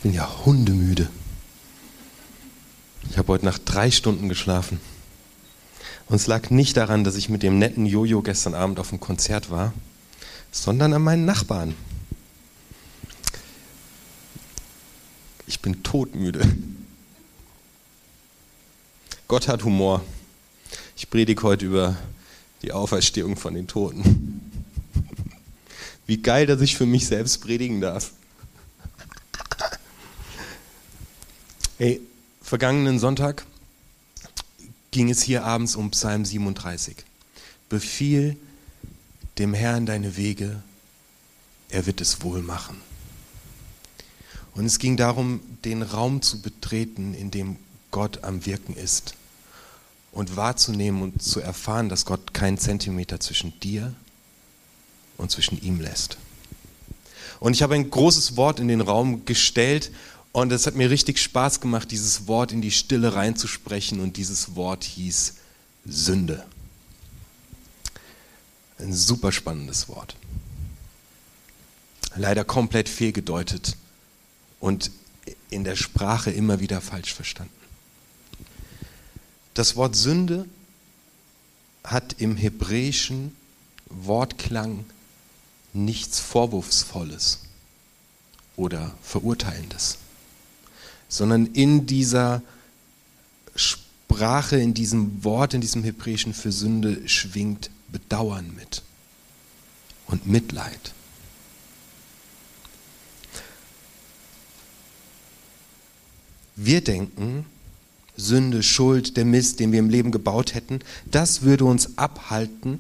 bin ja hundemüde. Ich habe heute Nacht 3 Stunden geschlafen. Und es lag nicht daran, dass ich mit dem netten Jojo gestern Abend auf dem Konzert war, sondern an meinen Nachbarn. Ich bin todmüde. Gott hat Humor. Ich predige heute über die Auferstehung von den Toten. Wie geil, dass ich für mich selbst predigen darf. Hey, vergangenen Sonntag ging es hier abends um Psalm 37. Befiehl dem Herrn deine Wege, er wird es wohl machen. Und es ging darum, den Raum zu betreten, in dem Gott am Wirken ist und wahrzunehmen und zu erfahren, dass Gott keinen Zentimeter zwischen dir und zwischen ihm lässt. Und ich habe ein großes Wort in den Raum gestellt und es hat mir richtig Spaß gemacht, dieses Wort in die Stille reinzusprechen, und dieses Wort hieß Sünde. Ein super spannendes Wort. Leider komplett fehlgedeutet und in der Sprache immer wieder falsch verstanden. Das Wort Sünde hat im hebräischen Wortklang nichts Vorwurfsvolles oder Verurteilendes, sondern in dieser Sprache, in diesem Wort, in diesem Hebräischen für Sünde schwingt Bedauern mit und Mitleid. Wir denken, Sünde, Schuld, der Mist, den wir im Leben gebaut hätten, das würde uns abhalten.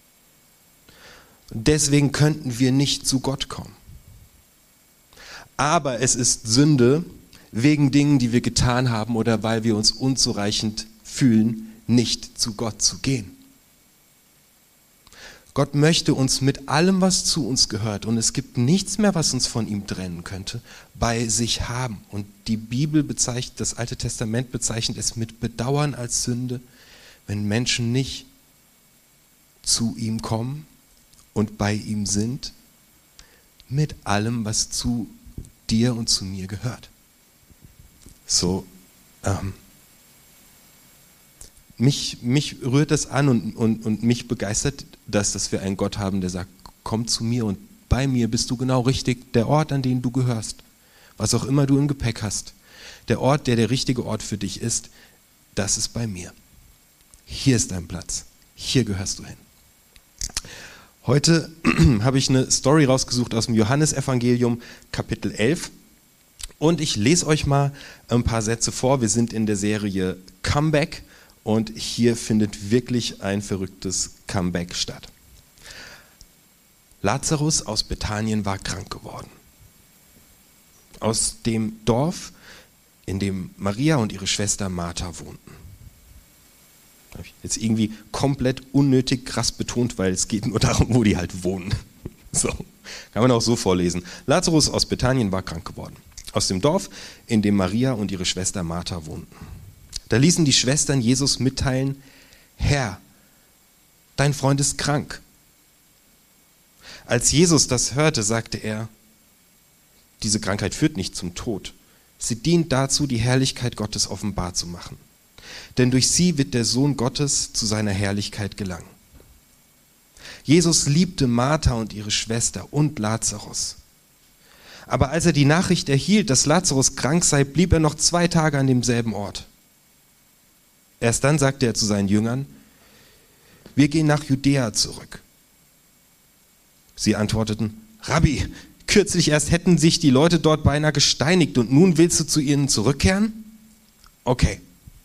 Deswegen könnten wir nicht zu Gott kommen. Aber es ist Sünde, wegen Dingen, die wir getan haben oder weil wir uns unzureichend fühlen, nicht zu Gott zu gehen. Gott möchte uns mit allem, was zu uns gehört, und es gibt nichts mehr, was uns von ihm trennen könnte, bei sich haben. Und die Bibel bezeichnet, das Alte Testament bezeichnet es mit Bedauern als Sünde, wenn Menschen nicht zu ihm kommen und bei ihm sind, mit allem, was zu dir und zu mir gehört. So, mich rührt das an und mich begeistert das, dass wir einen Gott haben, der sagt, komm zu mir und bei mir bist du genau richtig, der Ort, an den du gehörst, was auch immer du im Gepäck hast. Der Ort, der richtige Ort für dich ist, das ist bei mir. Hier ist dein Platz, hier gehörst du hin. Heute habe ich eine Story rausgesucht aus dem Johannesevangelium, Kapitel 11. Und ich lese euch mal ein paar Sätze vor. Wir sind in der Serie Comeback und hier findet wirklich ein verrücktes Comeback statt. Lazarus aus Bethanien war krank geworden. Aus dem Dorf, in dem Maria und ihre Schwester Martha wohnten. Habe ich jetzt irgendwie komplett unnötig krass betont, weil es geht nur darum, wo die halt wohnen. So, kann man auch so vorlesen. Lazarus aus Bethanien war krank geworden. Aus dem Dorf, in dem Maria und ihre Schwester Martha wohnten. Da ließen die Schwestern Jesus mitteilen, Herr, dein Freund ist krank. Als Jesus das hörte, sagte er, diese Krankheit führt nicht zum Tod. Sie dient dazu, die Herrlichkeit Gottes offenbar zu machen. Denn durch sie wird der Sohn Gottes zu seiner Herrlichkeit gelangen. Jesus liebte Martha und ihre Schwester und Lazarus. Aber als er die Nachricht erhielt, dass Lazarus krank sei, blieb er noch 2 Tage an demselben Ort. Erst dann sagte er zu seinen Jüngern, wir gehen nach Judäa zurück. Sie antworteten, Rabbi, kürzlich erst hätten sich die Leute dort beinahe gesteinigt und nun willst du zu ihnen zurückkehren? Okay.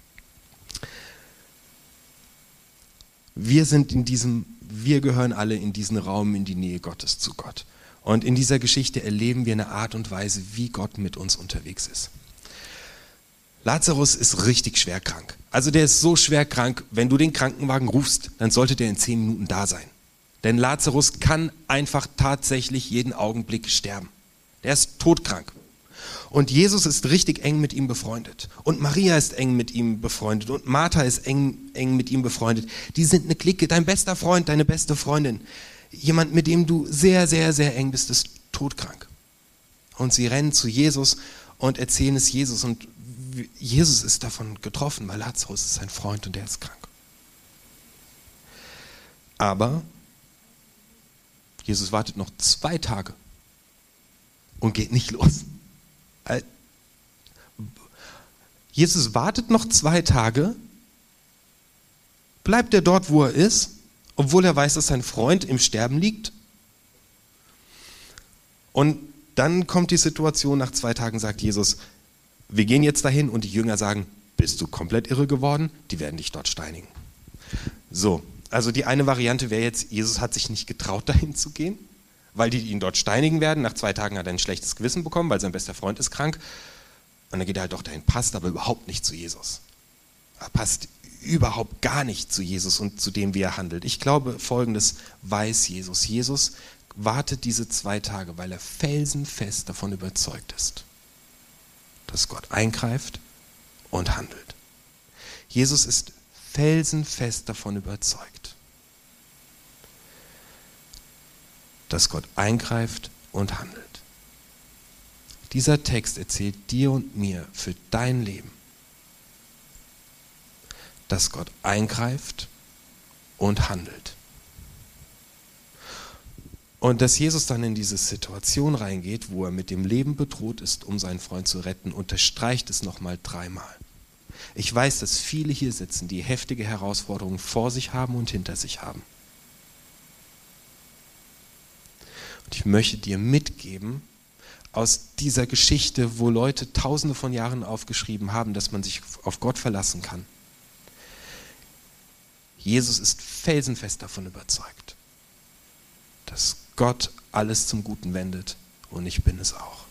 Wir gehören alle in diesen Raum, in die Nähe Gottes zu Gott. Und in dieser Geschichte erleben wir eine Art und Weise, wie Gott mit uns unterwegs ist. Lazarus ist richtig schwer krank. Also der ist so schwer krank, wenn du den Krankenwagen rufst, dann sollte der in 10 Minuten da sein. Denn Lazarus kann einfach tatsächlich jeden Augenblick sterben. Der ist todkrank. Und Jesus ist richtig eng mit ihm befreundet. Und Maria ist eng mit ihm befreundet. Und Martha ist eng mit ihm befreundet. Die sind eine Clique, dein bester Freund, deine beste Freundin. Jemand, mit dem du sehr, sehr, sehr eng bist, ist todkrank. Und sie rennen zu Jesus und erzählen es Jesus. Und Jesus ist davon getroffen, weil Lazarus ist sein Freund und der ist krank. Aber Jesus wartet noch 2 Tage und geht nicht los. Jesus wartet noch 2 Tage, bleibt er dort, wo er ist, obwohl er weiß, dass sein Freund im Sterben liegt. Und dann kommt die Situation, nach 2 Tagen sagt Jesus, wir gehen jetzt dahin, und die Jünger sagen, bist du komplett irre geworden? Die werden dich dort steinigen. So, also die eine Variante wäre jetzt, Jesus hat sich nicht getraut, dahin zu gehen, weil die ihn dort steinigen werden. Nach 2 Tagen hat er ein schlechtes Gewissen bekommen, weil sein bester Freund ist krank. Und dann geht er halt doch dahin, passt aber überhaupt nicht zu Jesus. Er passt überhaupt gar nicht zu Jesus und zu dem, wie er handelt. Ich glaube, Folgendes weiß Jesus. Jesus wartet diese 2 Tage, weil er felsenfest davon überzeugt ist, dass Gott eingreift und handelt. Jesus ist felsenfest davon überzeugt, dass Gott eingreift und handelt. Dieser Text erzählt dir und mir für dein Leben, dass Gott eingreift und handelt. Und dass Jesus dann in diese Situation reingeht, wo er mit dem Leben bedroht ist, um seinen Freund zu retten, unterstreicht es nochmal 3-mal. Ich weiß, dass viele hier sitzen, die heftige Herausforderungen vor sich haben und hinter sich haben. Und ich möchte dir mitgeben, aus dieser Geschichte, wo Leute Tausende von Jahren aufgeschrieben haben, dass man sich auf Gott verlassen kann. Jesus ist felsenfest davon überzeugt, dass Gott alles zum Guten wendet, und ich bin es auch.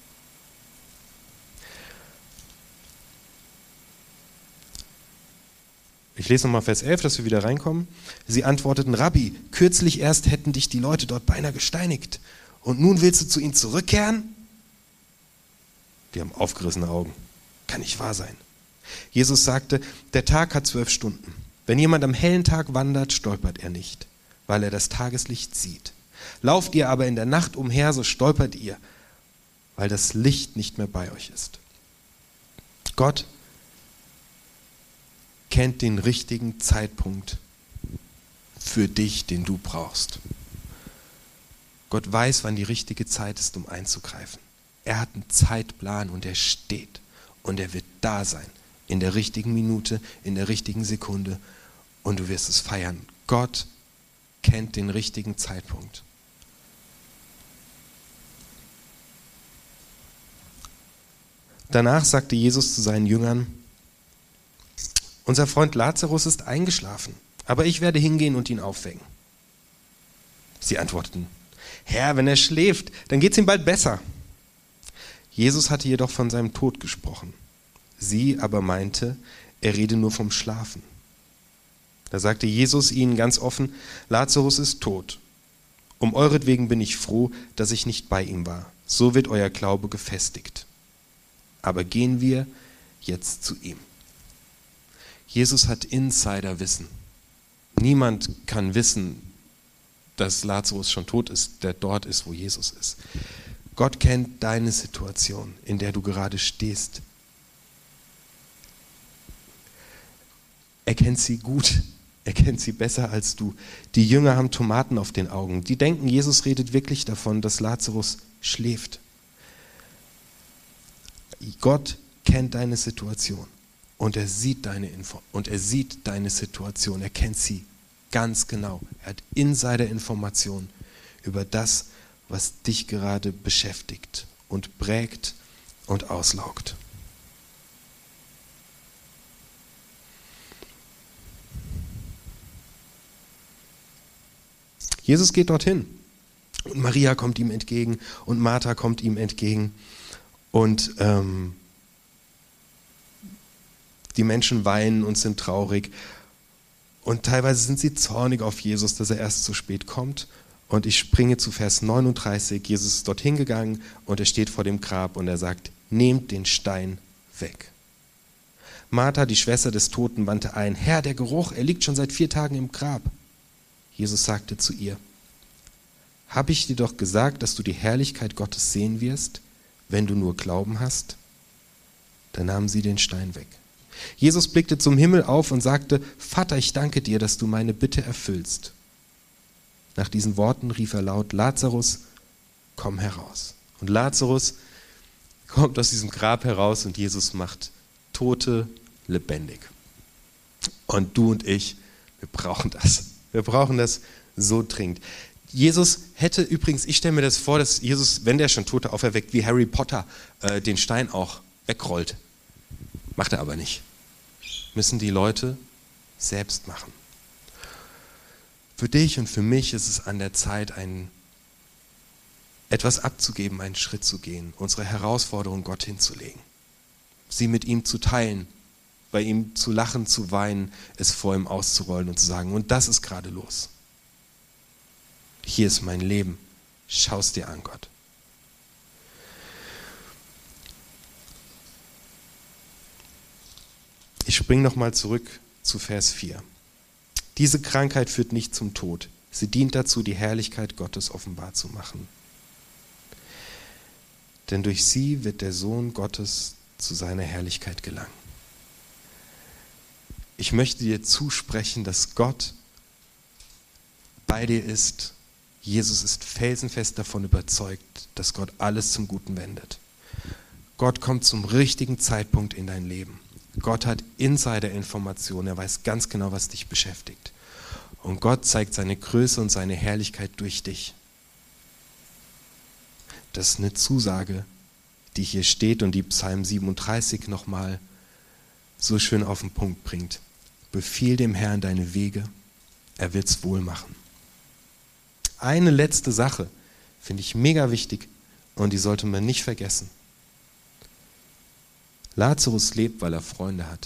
Ich lese nochmal Vers 11, dass wir wieder reinkommen. Sie antworteten, Rabbi, kürzlich erst hätten dich die Leute dort beinahe gesteinigt. Und nun willst du zu ihnen zurückkehren? Die haben aufgerissene Augen. Kann nicht wahr sein. Jesus sagte, der Tag hat 12 Stunden. Wenn jemand am hellen Tag wandert, stolpert er nicht, weil er das Tageslicht sieht. Lauft ihr aber in der Nacht umher, so stolpert ihr, weil das Licht nicht mehr bei euch ist. Gott kennt den richtigen Zeitpunkt für dich, den du brauchst. Gott weiß, wann die richtige Zeit ist, um einzugreifen. Er hat einen Zeitplan und er steht und er wird da sein, in der richtigen Minute, in der richtigen Sekunde, und du wirst es feiern. Gott kennt den richtigen Zeitpunkt. Danach sagte Jesus zu seinen Jüngern, unser Freund Lazarus ist eingeschlafen, aber ich werde hingehen und ihn aufwecken. Sie antworteten, Herr, wenn er schläft, dann geht es ihm bald besser. Jesus hatte jedoch von seinem Tod gesprochen. Sie aber meinte, er rede nur vom Schlafen. Da sagte Jesus ihnen ganz offen, Lazarus ist tot. Um euretwegen bin ich froh, dass ich nicht bei ihm war. So wird euer Glaube gefestigt. Aber gehen wir jetzt zu ihm. Jesus hat Insiderwissen. Niemand kann wissen, dass Lazarus schon tot ist, der dort ist, wo Jesus ist. Gott kennt deine Situation, in der du gerade stehst. Er kennt sie gut, er kennt sie besser als du. Die Jünger haben Tomaten auf den Augen. Die denken, Jesus redet wirklich davon, dass Lazarus schläft. Gott kennt deine Situation und er sieht deine Situation. Er kennt sie ganz genau. Er hat Insider-Informationen über das, was dich gerade beschäftigt und prägt und auslaugt. Jesus geht dorthin und Maria kommt ihm entgegen und Martha kommt ihm entgegen und die Menschen weinen und sind traurig und teilweise sind sie zornig auf Jesus, dass er erst zu spät kommt. Und ich springe zu Vers 39, Jesus ist dorthin gegangen und er steht vor dem Grab und er sagt, nehmt den Stein weg. Martha, die Schwester des Toten, wandte ein, Herr, der Geruch, er liegt schon seit 4 Tagen im Grab. Jesus sagte zu ihr, habe ich dir doch gesagt, dass du die Herrlichkeit Gottes sehen wirst, wenn du nur Glauben hast? Da nahmen sie den Stein weg. Jesus blickte zum Himmel auf und sagte, Vater, ich danke dir, dass du meine Bitte erfüllst. Nach diesen Worten rief er laut, Lazarus, komm heraus. Und Lazarus kommt aus diesem Grab heraus und Jesus macht Tote lebendig. Und du und ich, wir brauchen das. Wir brauchen das so dringend. Jesus hätte übrigens, ich stelle mir das vor, dass Jesus, wenn der schon Tote auferweckt, wie Harry Potter den Stein auch wegrollt. Macht er aber nicht. Müssen die Leute selbst machen. Für dich und für mich ist es an der Zeit, etwas abzugeben, einen Schritt zu gehen, unsere Herausforderung Gott hinzulegen, sie mit ihm zu teilen, bei ihm zu lachen, zu weinen, es vor ihm auszurollen und zu sagen, und das ist gerade los. Hier ist mein Leben, schau es dir an, Gott. Ich springe nochmal zurück zu Vers 4. Diese Krankheit führt nicht zum Tod. Sie dient dazu, die Herrlichkeit Gottes offenbar zu machen. Denn durch sie wird der Sohn Gottes zu seiner Herrlichkeit gelangen. Ich möchte dir zusprechen, dass Gott bei dir ist. Jesus ist felsenfest davon überzeugt, dass Gott alles zum Guten wendet. Gott kommt zum richtigen Zeitpunkt in dein Leben. Gott hat Insider-Informationen, er weiß ganz genau, was dich beschäftigt. Und Gott zeigt seine Größe und seine Herrlichkeit durch dich. Das ist eine Zusage, die hier steht und die Psalm 37 nochmal so schön auf den Punkt bringt. Befiehl dem Herrn deine Wege, er wird's wohl machen. Eine letzte Sache finde ich mega wichtig und die sollte man nicht vergessen. Lazarus lebt, weil er Freunde hat.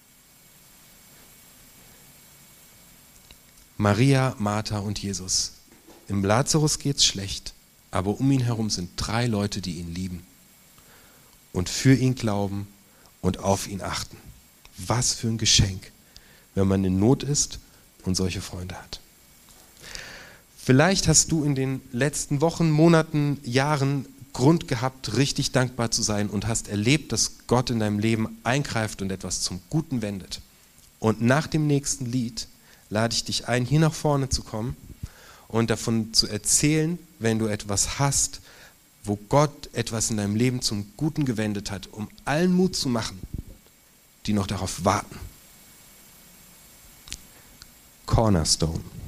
Maria, Martha und Jesus. Im Lazarus geht's schlecht, aber um ihn herum sind 3 Leute, die ihn lieben und für ihn glauben und auf ihn achten. Was für ein Geschenk, wenn man in Not ist und solche Freunde hat. Vielleicht hast du in den letzten Wochen, Monaten, Jahren Grund gehabt, richtig dankbar zu sein und hast erlebt, dass Gott in deinem Leben eingreift und etwas zum Guten wendet. Und nach dem nächsten Lied lade ich dich ein, hier nach vorne zu kommen und davon zu erzählen, wenn du etwas hast, wo Gott etwas in deinem Leben zum Guten gewendet hat, um allen Mut zu machen, die noch darauf warten. Cornerstone.